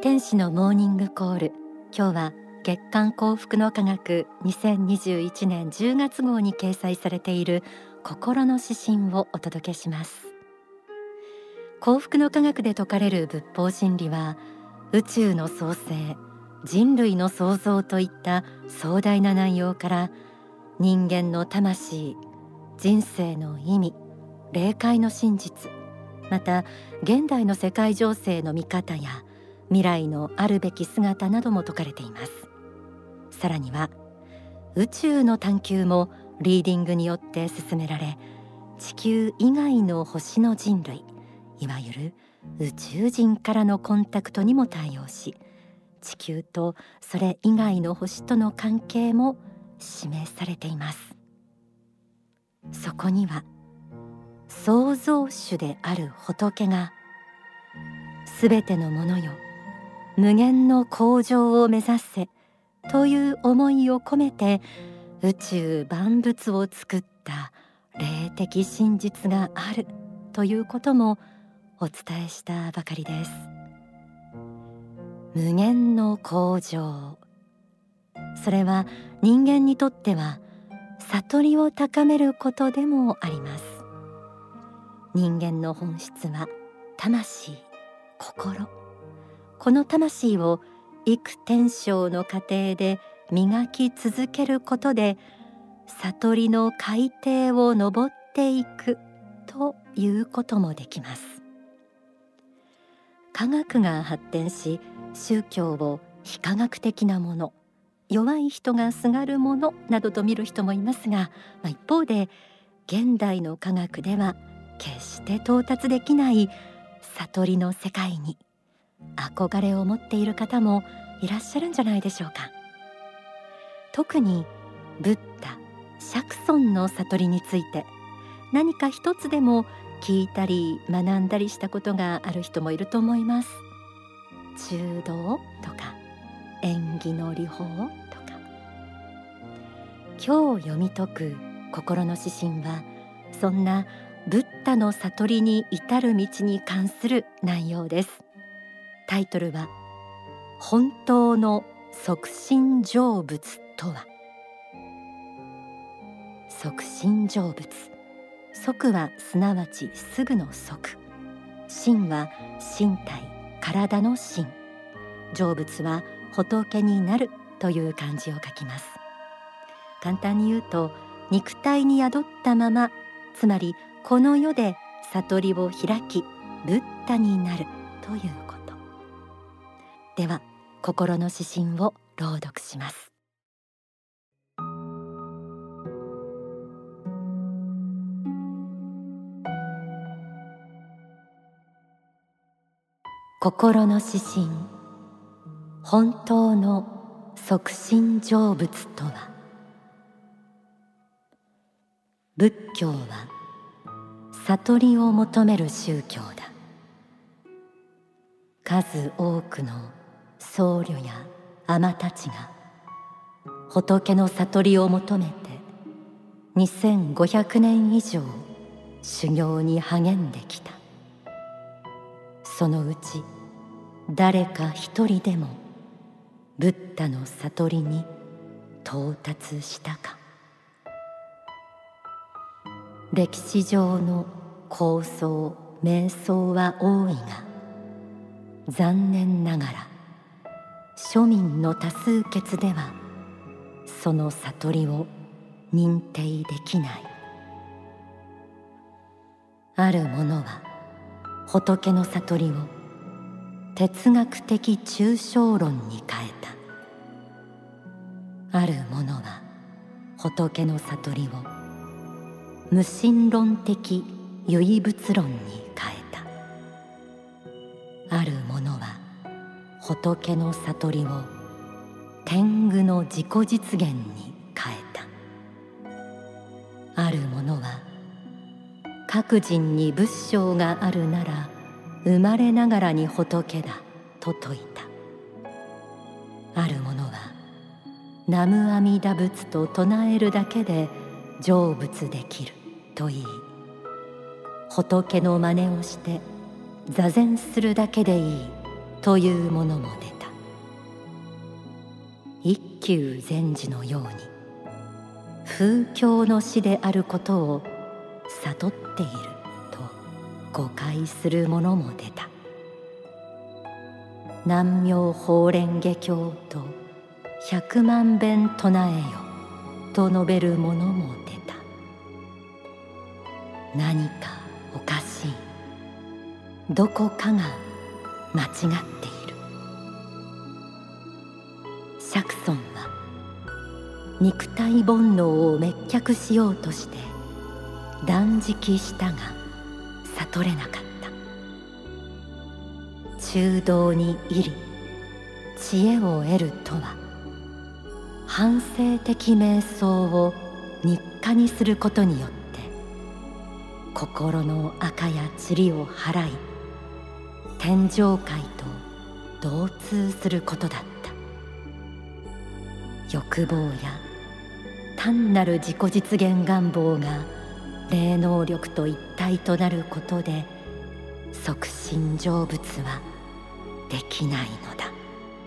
天使のモーニングコール。今日は月刊幸福の科学2021年10月号に掲載されている心の指針をお届けします。幸福の科学で説かれる仏法真理は、宇宙の創生、人類の創造といった壮大な内容から、人間の魂、人生の意味、霊界の真実、また現代の世界情勢の見方や未来のあるべき姿なども説かれています。さらには宇宙の探求もリーディングによって進められ、地球以外の星の人類、いわゆる宇宙人からのコンタクトにも対応し、地球とそれ以外の星との関係も示されています。そこには創造主である仏が、すべてのものよ、無限の向上を目指せという思いを込めて、宇宙万物を作った霊的真実があるということもお伝えしたばかりです。無限の向上、それは人間にとっては悟りを高めることでもあります。人間の本質は魂、心。この魂を幾天生の過程で磨き続けることで、悟りの海底を登っていくということもできます。科学が発展し、宗教を非科学的なもの、弱い人がすがるものなどと見る人もいますが、一方で現代の科学では決して到達できない悟りの世界に憧れを持っている方もいらっしゃるんじゃないでしょうか。特にブッダ、釈尊の悟りについて、何か一つでも聞いたり学んだりしたことがある人もいると思います。中道とか縁起の理法とか。今日読み解く心の指針は、そんなブッダの悟りに至る道に関する内容です。タイトルは、本当の即身成仏とは。即身成仏、即はすなわちすぐの即、身は身体、体の身、成仏は仏になるという漢字を書きます。簡単に言うと、肉体に宿ったまま、つまりこの世で悟りを開き、ブッダになるということ。では、心の指針を朗読します。心の指針、本当の即身成仏とは。仏教は悟りを求める宗教だ。数多くの僧侶や尼たちが仏の悟りを求めて2500年以上修行に励んできた。そのうち誰か一人でもブッダの悟りに到達したか。歴史上の高僧瞑想は多いが、残念ながら庶民の多数決ではその悟りを認定できない。ある者は仏の悟りを哲学的抽象論に変えた。ある者は仏の悟りを無神論的唯物論に変えた。ある者は仏の悟りを天狗の自己実現に変えた。ある者は各人に仏性があるなら生まれながらに仏だと説いた。ある者は南無阿弥陀仏と唱えるだけで成仏できると言い、仏の真似をして座禅するだけでいいというものも出た。一休禅師のように風境の死であることを悟っていると誤解するものも出た。南明法蓮華経と100万遍唱えよと述べるものも出た。何かおかしい、どこかが間違っている。釈尊は肉体煩悩を滅却しようとして断食したが悟れなかった。中道に入り知恵を得るとは、反省的瞑想を日課にすることによって心の垢や塵を払い、天上界と同通することだった。欲望や単なる自己実現願望が霊能力と一体となることで即身成仏はできないのだ。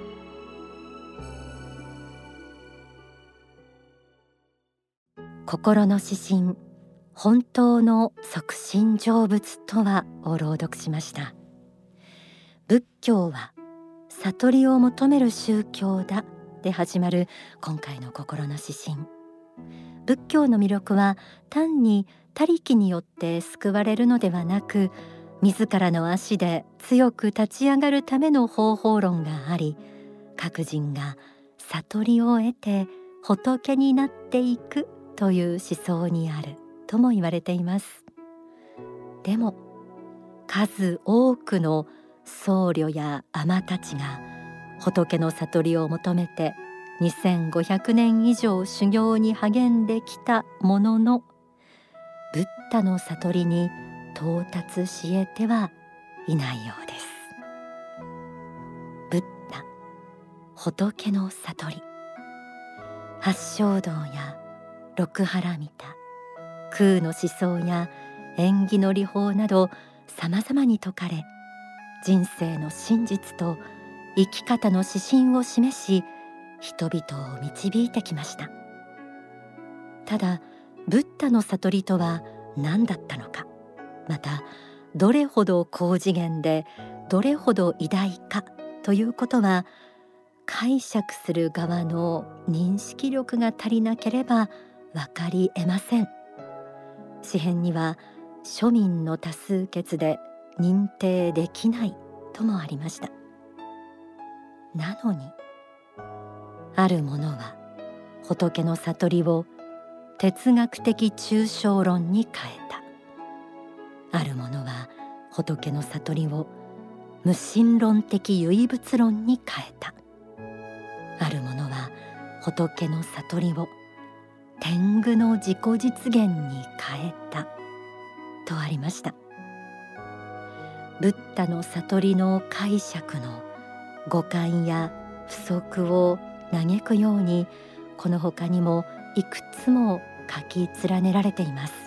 心の指針、本当の即身成仏とはを朗読しました。仏教は悟りを求める宗教だで始まる今回の心の指針。仏教の魅力は単に他力によって救われるのではなく、自らの足で強く立ち上がるための方法論があり、各人が悟りを得て仏になっていくという思想にあるとも言われています。でも数多くの僧侶や尼たちが仏の悟りを求めて2500年以上修行に励んできたものの、ブッダの悟りに到達し得てはいないようです。ブッダ、仏の悟り、八正道や六波羅蜜多、空の思想や縁起の理法などさまざまに説かれ、人生の真実と生き方の指針を示し、人々を導いてきました。ただブッダの悟りとは何だったのか、またどれほど高次元でどれほど偉大かということは、解釈する側の認識力が足りなければ分かり得ません。詩編には庶民の多数決で認定できないともありました。なのにある者は仏の悟りを哲学的抽象論に変えた。ある者は仏の悟りを無神論的唯物論に変えた。ある者は仏の悟りを天狗の自己実現に変えたとありました。ブッダの悟りの解釈の誤解や不足を嘆くように、この他にもいくつも書き連ねられています。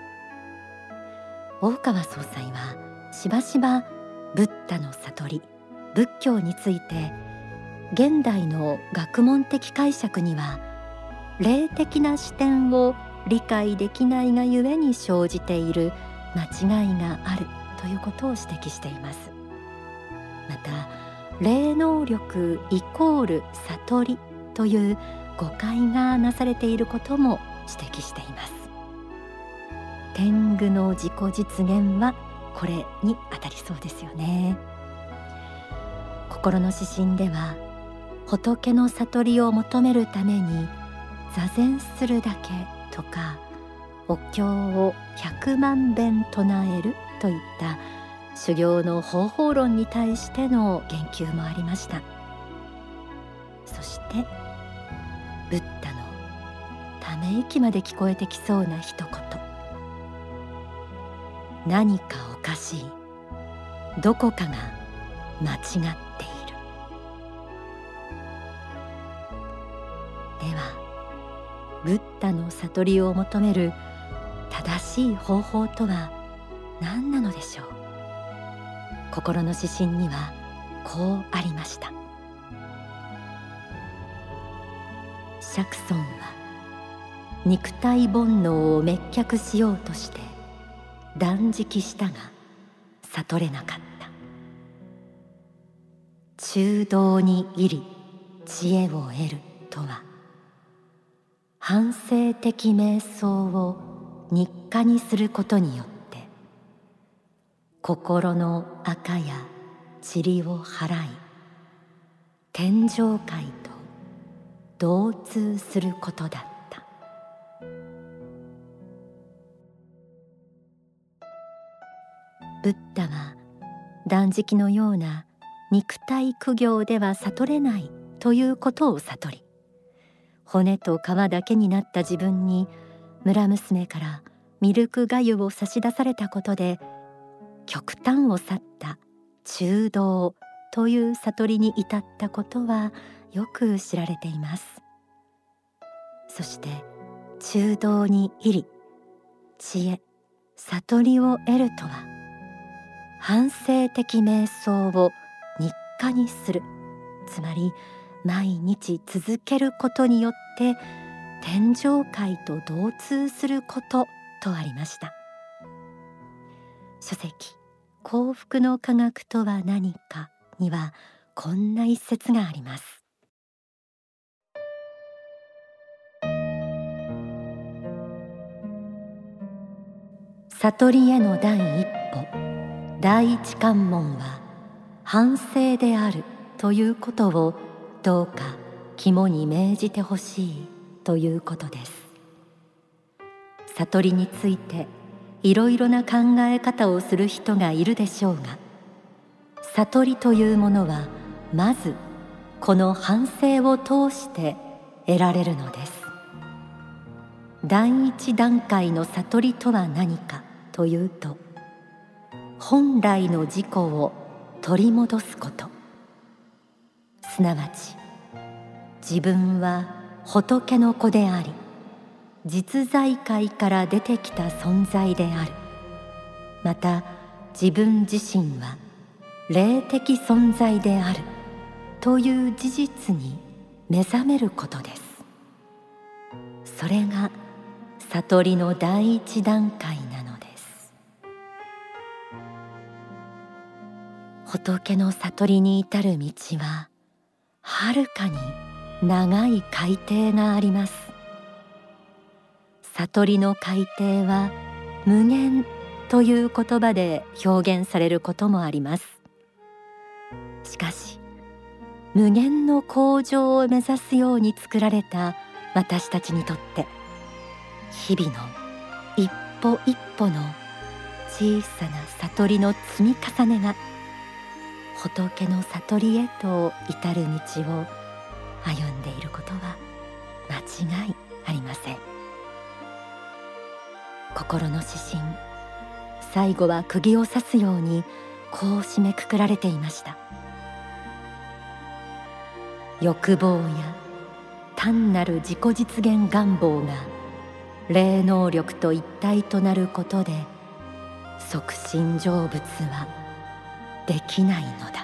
大川総裁はしばしばブッダの悟り、仏教について現代の学問的解釈には霊的な視点を理解できないがゆえに生じている間違いがあるということを指摘しています。また霊能力イコール悟りという誤解がなされていることも指摘しています。天狗の自己実現はこれにあたりそうですよね。心の指針では、仏の悟りを求めるために座禅するだけとか、お経を100万遍唱えるといった修行の方法論に対しての言及もありました。そしてブッダのため息まで聞こえてきそうな一言、何かおかしい、どこかが間違っている。ではブッダの悟りを求める正しい方法とは何なのでしょう。心の指針にはこうありました。釈尊は肉体煩悩を滅却しようとして断食したが悟れなかった。中道に入り知恵を得るとは、反省的瞑想を日課にすることによって心の垢や塵を払い、天上界と同通することだった。ブッダは断食のような肉体苦行では悟れないということを悟り、骨と皮だけになった自分に村娘からミルク粥を差し出されたことで、極端を去った中道という悟りに至ったことはよく知られています。そして中道に入り知恵、悟りを得るとは、反省的瞑想を日課にする、つまり毎日続けることによって天上界と同通することとありました。書籍幸福の科学とは何かにはこんな一節があります。悟りへの第一歩、第一関門は反省であるということをどうか肝に銘じてほしいということです。悟りについていろいろな考え方をする人がいるでしょうが、悟りというものはまずこの反省を通して得られるのです。第一段階の悟りとは何かというと、本来の自己を取り戻すこと、すなわち自分は仏の子であり、実在界から出てきた存在である。また自分自身は霊的存在であるという事実に目覚めることです。それが悟りの第一段階なのです。仏の悟りに至る道ははるかに長い海底があります。悟りの海底は無限という言葉で表現されることもあります。しかし無限の向上を目指すように作られた私たちにとって、日々の一歩一歩の小さな悟りの積み重ねが仏の悟りへと至る道を歩んでいることは間違いありません。心の指針、最後は釘を刺すようにこう締めくくられていました。欲望や単なる自己実現願望が霊能力と一体となることで即身成仏はできないのだ。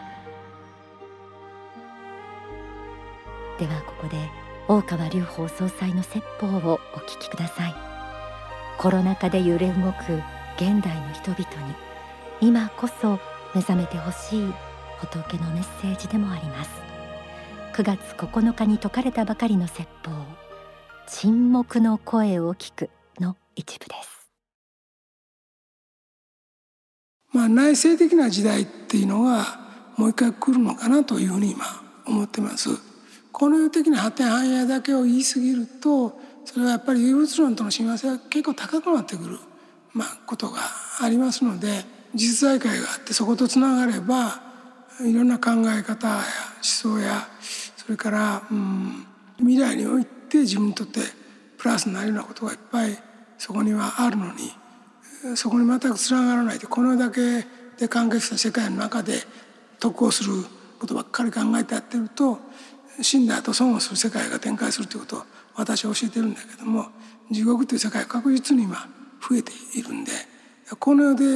ではここで大川隆法総裁の説法をお聞きください。コロナ禍で揺れ動く現代の人々に今こそ目覚めてほしい仏のメッセージでもあります。9月9日に説かれたばかりの説法、沈黙の声を聞くの一部です。 内省的な時代っていうのがもう一回来るのかなというふうに今思ってます。この世的な発展繁栄だけを言い過ぎると、それはやっぱり唯物論との親和性が結構高くなってくる、ことがありますので、実在界があってそことつながればいろんな考え方や思想や、それから未来において自分にとってプラスになるようなことがいっぱいそこにはあるのに、そこに全くつながらないで、この世だけで完結した世界の中で得をすることばっかり考えてやってると、死んだ後損をする世界が展開するということを私は教えてるんだけども、地獄という世界は確実に今増えているんで、この世で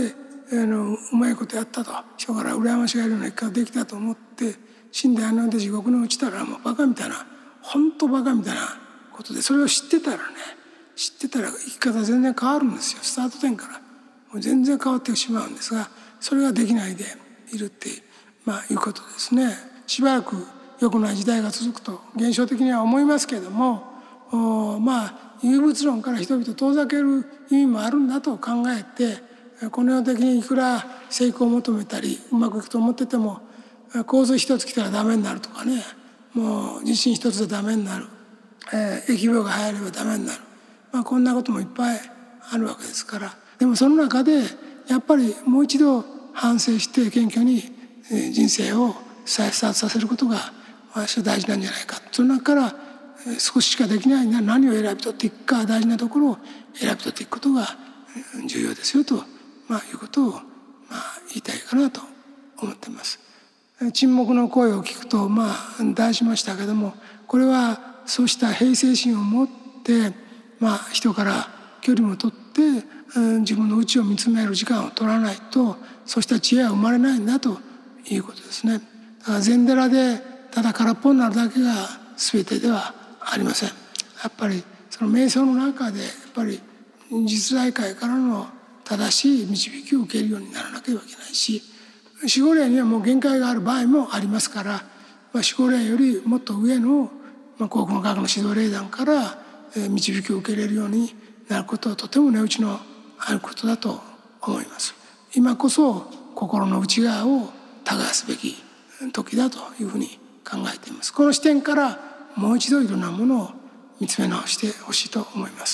うまいことやったと、人から羨ましがるような生き方できたと思って死んでで地獄に落ちたらもうバカみたいな、本当バカみたいなことで、それを知ってたら生き方全然変わるんですよ。スタート点からもう全然変わってしまうんですが、それができないでいるっていうことですね。しばらく良くない時代が続くと現象的には思いますけれども、有物論から人々を遠ざける意味もあるんだと考えて、この世的にいくら成功を求めたりうまくいくと思ってても、洪水一つ来たらダメになるとかね、もう地震一つでダメになる、疫病が流行ればダメになる、こんなこともいっぱいあるわけですから。でもその中でやっぱりもう一度反省して謙虚に人生を再スタートさせることが私は大事なんじゃないか。その中から少ししかできないな、何を選び取っていくか、大事なところを選び取っていくことが重要ですよと、いうことを言いたいかなと思っています。沈黙の声を聞くと題しましたけども、これはそうした平静心を持って人から距離も取って自分の内を見つめる時間を取らないと、そうした知恵は生まれないんだということですね。だから禅寺でただ空っぽになるだけが全てではありません。やっぱりその瞑想の中で実在界からの正しい導きを受けるようにならなければいけないし、守護霊にはもう限界がある場合もありますから、守護霊よりもっと上の幸福の科学の指導霊団から導きを受けれるようになることはとても値打ちのあることだと思います。今こそ心の内側を耕すべき時だというふうに考えています。この視点からもう一度いろんなものを見つめ直してほしいと思います。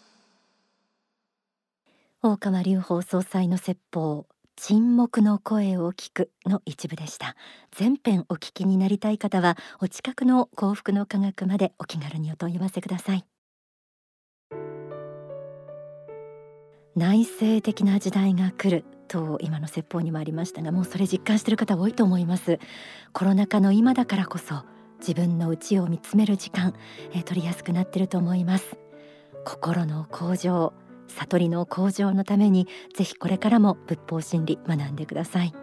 大川隆法総裁の説法、沈黙の声を聞くの一部でした。全編お聞きになりたい方はお近くの幸福の科学までお気軽にお問い合わせください。内省的な時代が来ると今の説法にもありましたが、もうそれ実感している方多いと思います。コロナ禍の今だからこそ自分の内を見つめる時間、取りやすくなっていると思います。心の向上、悟りの向上のためにぜひこれからも仏法真理学んでください。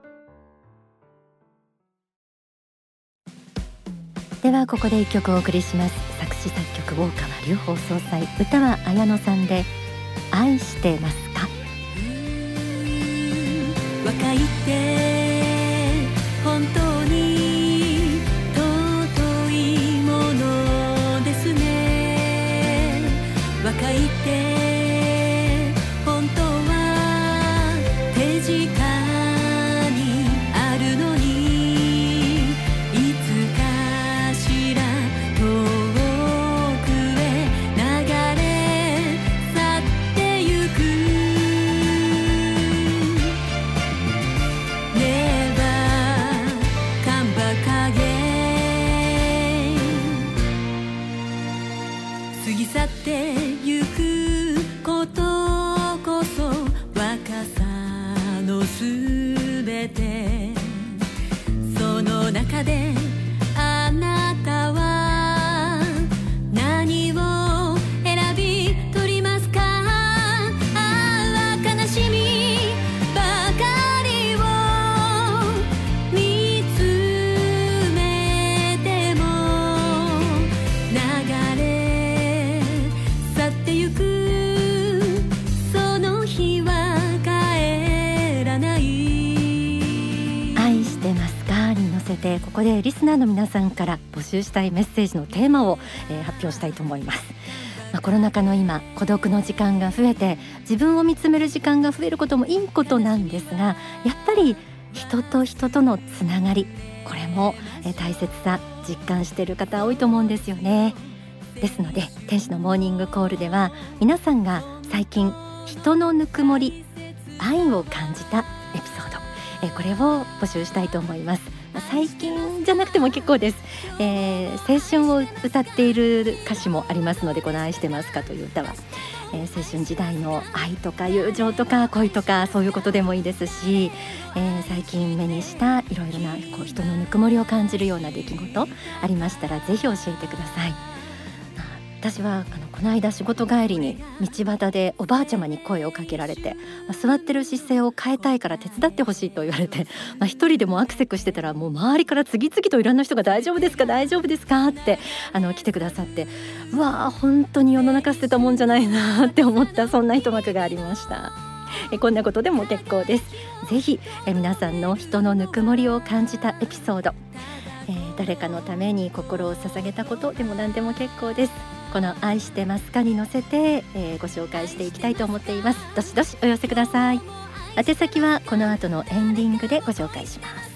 ではここで一曲お送りします。作詞作曲大川隆法総裁、歌は綾野さんで愛してますか。 若いって本当に尊いものですね。若いって本当は手近にあるのに、いつかしら遠くへ流れ去ってゆく。過ぎ去ってゆくことこそ若さのすべて。その中であなたは何を選び取りますか。悲しみばかりを見つめても流れ去ってゆく、その日は帰らない。 愛してますかに乗せて、ここでリスナーの皆さんから募集したいメッセージのテーマを、発表したいと思います。コロナ禍の今、孤独の時間が増えて自分を見つめる時間が増えることもいいことなんですが、やっぱり人と人とのつながり、これも大切さ実感している方多いと思うんですよね。ですので天使のモーニングコールでは皆さんが最近人のぬくもり、愛を感じたエピソード、これを募集したいと思います。最近じゃなくても結構です。青春を歌っている歌詞もありますので、この愛してますかという歌は、青春時代の愛とか友情とか恋とかそういうことでもいいですし、最近目にしたいろいろな人のぬくもりを感じるような出来事ありましたらぜひ教えてください。 私はこの間仕事帰りに道端でおばあちゃまに声をかけられて、座ってる姿勢を変えたいから手伝ってほしいと言われて、一人でもアクセクしてたら、もう周りから次々といろんな人が大丈夫ですか大丈夫ですかって来てくださって、うわー本当に世の中捨てたもんじゃないなって思った、そんな一幕がありました。こんなことでも結構です。ぜひ皆さんの人のぬくもりを感じたエピソード、誰かのために心を捧げたことでも何でも結構です。この愛してますかに乗せて、ご紹介していきたいと思っています。どしどしお寄せください。宛先はこの後のエンディングでご紹介します。